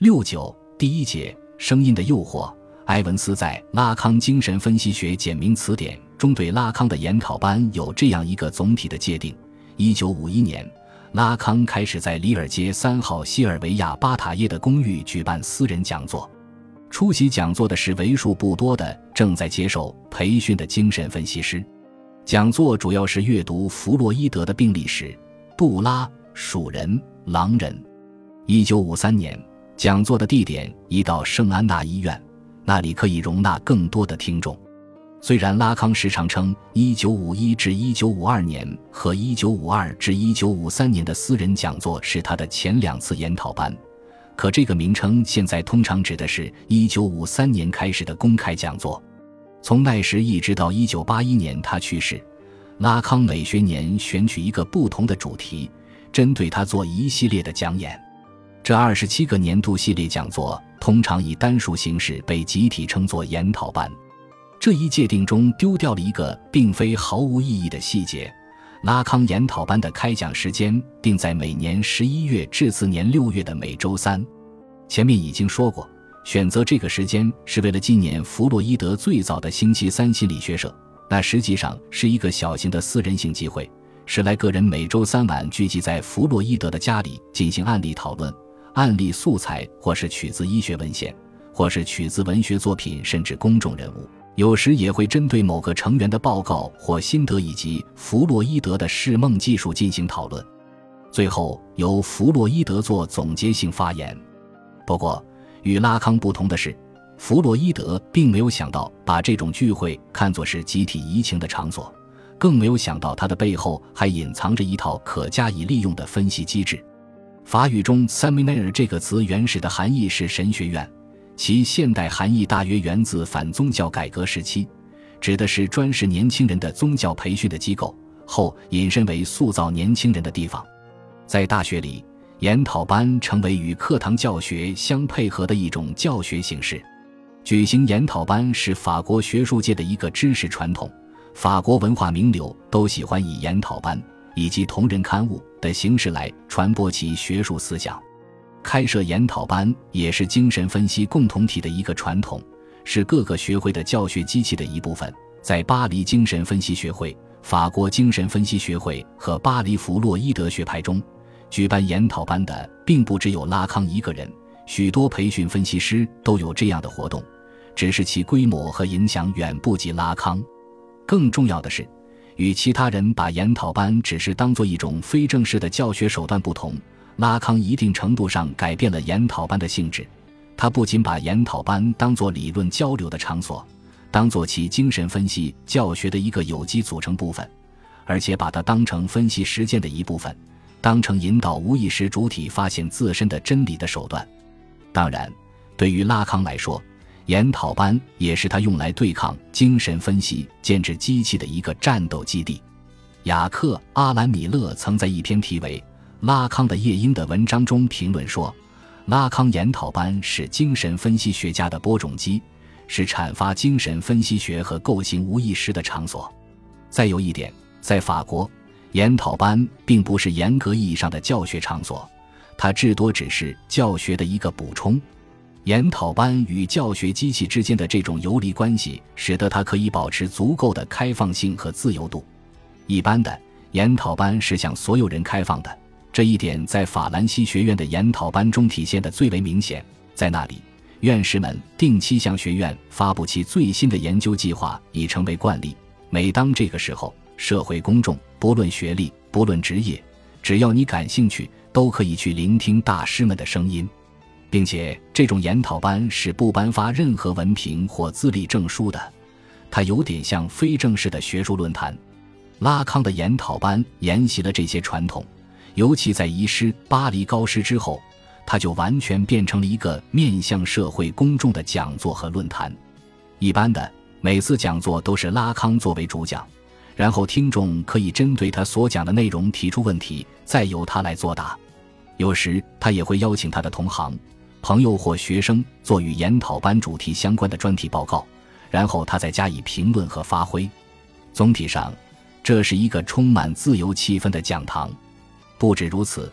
69第一节声音的诱惑。埃文斯在《拉康精神分析学简明词典》中对拉康的研讨班有这样一个总体的界定。1951年，拉康开始在里尔街3号西尔维亚巴塔耶的公寓举办私人讲座。出席讲座的是为数不多的正在接受培训的精神分析师。讲座主要是阅读弗洛伊德的病历史、杜拉、鼠人、狼人。1953年，讲座的地点移到圣安娜医院，那里可以容纳更多的听众。虽然拉康时常称1951至1952年和1952至1953年的私人讲座是他的前2次研讨班，可这个名称现在通常指的是1953年开始的公开讲座。从那时一直到1981年他去世，拉康每学年选取一个不同的主题，针对他做一系列的讲演。这27个年度系列讲座通常以单数形式被集体称作研讨班。这一界定中丢掉了一个并非毫无意义的细节，拉康研讨班的开讲时间定在每年11月至次年6月的每周三。前面已经说过，选择这个时间是为了纪念弗洛伊德最早的星期三心理学社，那实际上是一个小型的私人性集会，10来个人每周三晚聚集在弗洛伊德的家里进行案例讨论，案例素材或是取自医学文献，或是取自文学作品，甚至公众人物，有时也会针对某个成员的报告或心得以及弗洛伊德的释梦技术进行讨论，最后由弗洛伊德做总结性发言。不过与拉康不同的是，弗洛伊德并没有想到把这种聚会看作是集体移情的场所，更没有想到它的背后还隐藏着一套可加以利用的分析机制。法语中 séminaire 这个词原始的含义是神学院，其现代含义大约源自反宗教改革时期，指的是专事年轻人的宗教培训的机构，后引申为塑造年轻人的地方。在大学里，研讨班成为与课堂教学相配合的一种教学形式。举行研讨班是法国学术界的一个知识传统，法国文化名流都喜欢以研讨班以及同人刊物的形式来传播其学术思想。开设研讨班也是精神分析共同体的一个传统，是各个学会的教学机器的一部分。在巴黎精神分析学会、法国精神分析学会和巴黎弗洛伊德学派中，举办研讨班的并不只有拉康一个人，许多培训分析师都有这样的活动，只是其规模和影响远不及拉康。更重要的是，与其他人把研讨班只是当作一种非正式的教学手段不同，拉康一定程度上改变了研讨班的性质。他不仅把研讨班当作理论交流的场所，当作其精神分析教学的一个有机组成部分，而且把它当成分析实践的一部分，当成引导无意识主体发现自身的真理的手段。当然，对于拉康来说，研讨班也是他用来对抗精神分析建制机器的一个战斗基地。雅克·阿兰·米勒曾在一篇题为《拉康的夜莺》的文章中评论说，拉康研讨班是精神分析学家的播种机，是阐发精神分析学和构形无意识的场所。再有一点，在法国，研讨班并不是严格意义上的教学场所，它至多只是教学的一个补充。研讨班与教学机器之间的这种游离关系，使得它可以保持足够的开放性和自由度。一般的研讨班是向所有人开放的，这一点在法兰西学院的研讨班中体现得最为明显。在那里，院士们定期向学院发布其最新的研究计划，已成为惯例。每当这个时候，社会公众不论学历不论职业，只要你感兴趣，都可以去聆听大师们的声音，并且这种研讨班是不颁发任何文凭或资历证书的，它有点像非正式的学术论坛。拉康的研讨班沿袭了这些传统，尤其在遗失巴黎高师之后，它就完全变成了一个面向社会公众的讲座和论坛。一般的每次讲座都是拉康作为主讲，然后听众可以针对他所讲的内容提出问题，再由他来作答。有时他也会邀请他的同行、朋友或学生做与研讨班主题相关的专题报告，然后他再加以评论和发挥。总体上，这是一个充满自由气氛的讲堂。不止如此，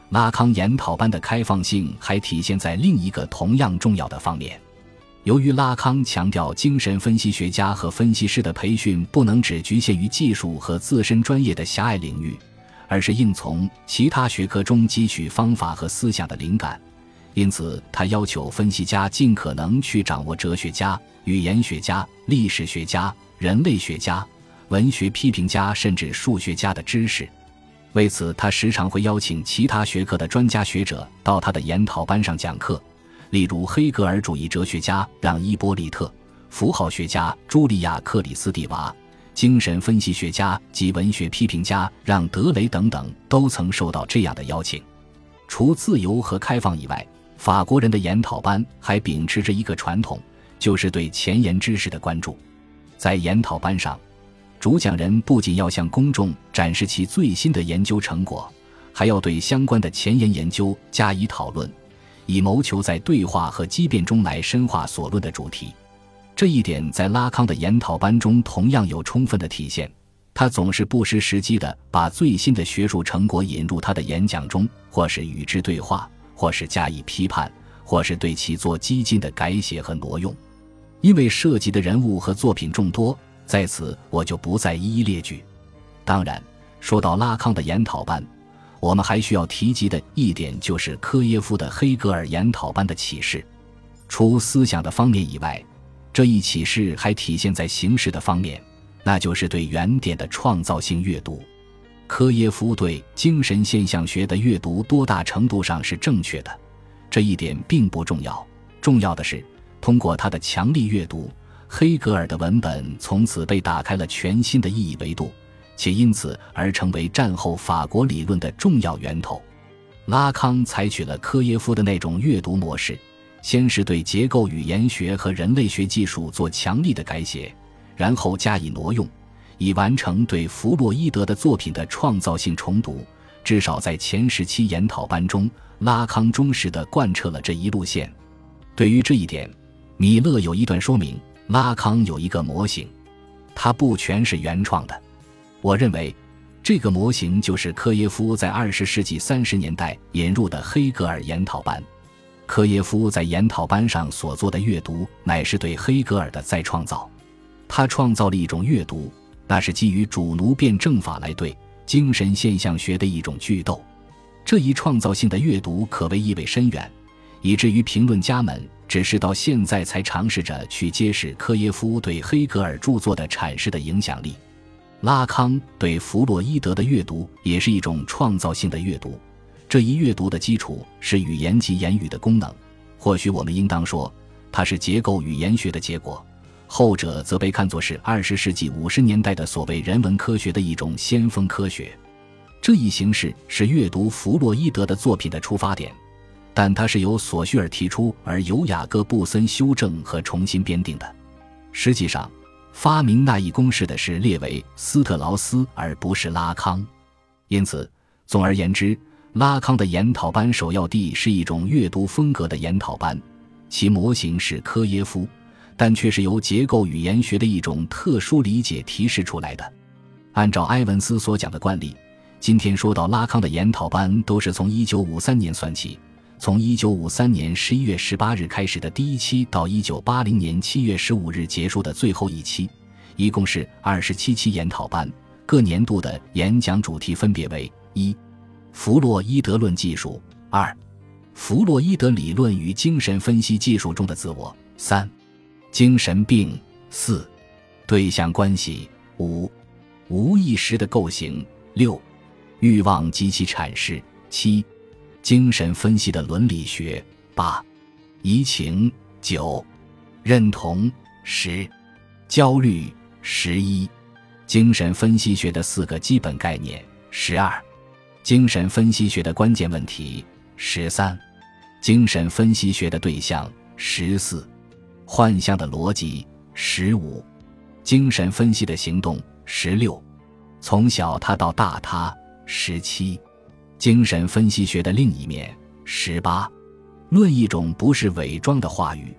拉康研讨班的开放性还体现在另一个同样重要的方面。由于拉康强调精神分析学家和分析师的培训不能只局限于技术和自身专业的狭隘领域，而是应从其他学科中汲取方法和思想的灵感，因此他要求分析家尽可能去掌握哲学家、语言学家、历史学家、人类学家、文学批评家甚至数学家的知识。为此，他时常会邀请其他学科的专家学者到他的研讨班上讲课，例如黑格尔主义哲学家让·伊波利特、符号学家茱莉亚·克里斯蒂娃、精神分析学家及文学批评家让·德雷等等都曾受到这样的邀请。除自由和开放以外，法国人的研讨班还秉持着一个传统，就是对前沿知识的关注。在研讨班上，主讲人不仅要向公众展示其最新的研究成果，还要对相关的前沿研究加以讨论，以谋求在对话和激辩中来深化所论的主题。这一点在拉康的研讨班中同样有充分的体现，他总是不失时机地把最新的学术成果引入他的演讲中，或是与之对话，或是加以批判，或是对其做激进的改写和挪用。因为涉及的人物和作品众多，在此我就不再一一列举。当然，说到拉康的研讨班，我们还需要提及的一点就是科耶夫的黑格尔研讨班的启示。除思想的方面以外，这一启示还体现在形式的方面，那就是对原点的创造性阅读。科耶夫对精神现象学的阅读多大程度上是正确的，这一点并不重要，重要的是通过他的强力阅读，黑格尔的文本从此被打开了全新的意义维度，且因此而成为战后法国理论的重要源头。拉康采取了科耶夫的那种阅读模式，先是对结构语言学和人类学技术做强力的改写，然后加以挪用，以完成对弗洛伊德的作品的创造性重读。至少在前时期研讨班中，拉康忠实地贯彻了这一路线。对于这一点，米勒有一段说明，拉康有一个模型，它不全是原创的。我认为这个模型就是科耶夫在20世纪30年代引入的黑格尔研讨班。科耶夫在研讨班上所做的阅读乃是对黑格尔的再创造，他创造了一种阅读，那是基于主奴辩证法来对精神现象学的一种剧斗。这一创造性的阅读可谓意味深远，以至于评论家们只是到现在才尝试着去揭示科耶夫对黑格尔著作的阐释的影响力。拉康对弗洛伊德的阅读也是一种创造性的阅读，这一阅读的基础是语言及言语的功能，或许我们应当说它是结构语言学的结果，后者则被看作是20世纪50年代的所谓人文科学的一种先锋科学。这一形式是阅读弗洛伊德的作品的出发点，但它是由索绪尔提出而由雅各布森修正和重新编定的。实际上，发明那一公式的是列维·斯特劳斯而不是拉康。因此，总而言之，拉康的研讨班首要地是一种阅读风格的研讨班，其模型是科耶夫，但却是由结构语言学的一种特殊理解提示出来的。按照埃文斯所讲的惯例，今天说到拉康的研讨班都是从1953年算起，从1953年11月18日开始的第一期到1980年7月15日结束的最后一期，一共是27期研讨班，各年度的演讲主题分别为： 1. 弗洛伊德论技术； 2. 弗洛伊德理论与精神分析技术中的自我； 3. 精神病； 4. 对象关系； 5. 无意识的构型； 6. 欲望及其阐释； 7. 精神分析的伦理学； 8. 移情； 9. 认同； 10. 焦虑； 11. 精神分析学的4个基本概念； 12. 精神分析学的关键问题； 13. 精神分析学的对象； 14. 幻象的逻辑； 15. 精神分析的行动； 16. 从小他到大他； 17. 精神分析学的另一面； 18. 论一种不是伪装的话语；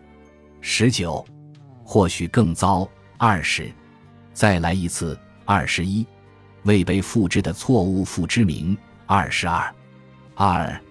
19. 或许更糟； 20. 再来一次； 21. 未被复制的错误复之名； 22. 2.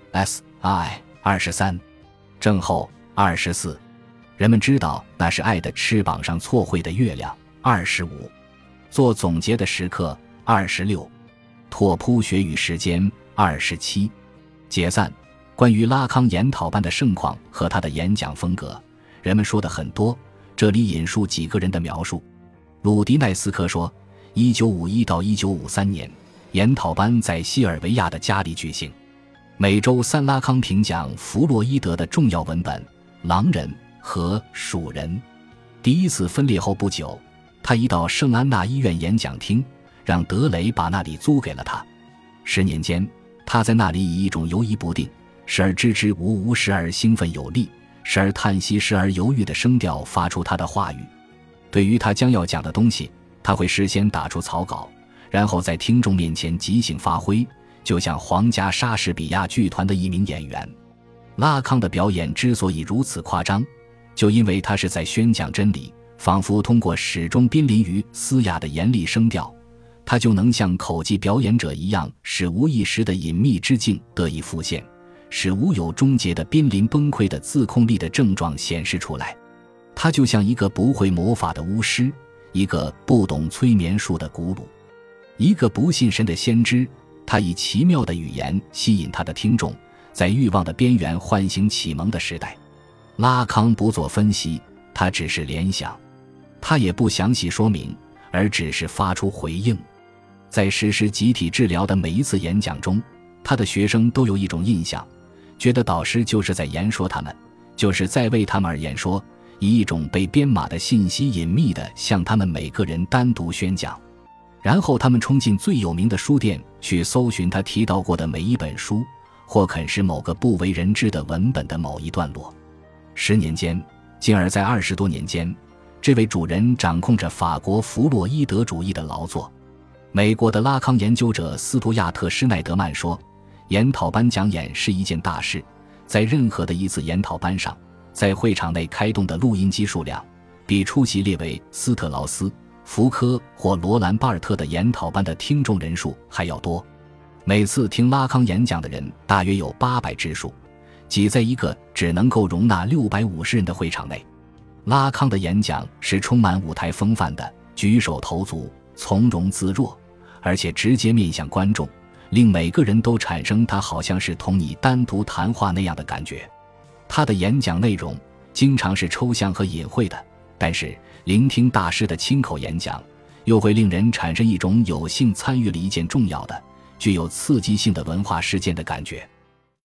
23，正后24。人们知道那是爱的翅膀上错绘的月亮25。做总结的时刻26。拓扑学与时间27。解散。关于拉康研讨班的盛况和他的演讲风格，人们说的很多，这里引述几个人的描述。鲁迪奈斯科说，1951到1953年，研讨班在西尔维亚的家里举行。每周三拉康评讲弗洛伊德的重要文本《狼人》和《鼠人》。第一次分裂后不久，他移到圣安娜医院演讲厅，让德雷把那里租给了他。10年间，他在那里以一种游移不定，时而支支吾吾，时而兴奋有力，时而叹息，时而犹豫的声调发出他的话语。对于他将要讲的东西，他会事先打出草稿，然后在听众面前即兴发挥，就像皇家莎士比亚剧团的一名演员。拉康的表演之所以如此夸张，就因为他是在宣讲真理，仿佛通过始终濒临于嘶哑的严厉声调，他就能像口技表演者一样，使无意识的隐秘之境得以浮现，使无有终结的濒临崩溃的自控力的症状显示出来。他就像一个不会魔法的巫师，一个不懂催眠术的古鲁，一个不信神的先知。他以奇妙的语言吸引他的听众，在欲望的边缘唤醒启蒙的时代。拉康不做分析，他只是联想，他也不详细说明，而只是发出回应。在实施集体治疗的每一次演讲中，他的学生都有一种印象，觉得导师就是在言说他们，就是在为他们而言说，以一种被编码的信息隐秘地向他们每个人单独宣讲。然后他们冲进最有名的书店去搜寻他提到过的每一本书，或啃食某个不为人知的文本的某一段落。10年间，进而在20多年间，这位主人掌控着法国弗洛伊德主义的劳作。美国的拉康研究者斯图亚特·施耐德曼说，研讨班讲演是一件大事，在任何的一次研讨班上，在会场内开动的录音机数量比出席列为斯特劳斯、福柯或罗兰·巴尔特的研讨班的听众人数还要多。每次听拉康演讲的人大约有800之数，挤在一个只能够容纳650人的会场内。拉康的演讲是充满舞台风范的，举手投足从容自若，而且直接面向观众，令每个人都产生他好像是同你单独谈话那样的感觉。他的演讲内容经常是抽象和隐晦的，但是聆听大师的亲口演讲，又会令人产生一种有幸参与了一件重要的、具有刺激性的文化事件的感觉。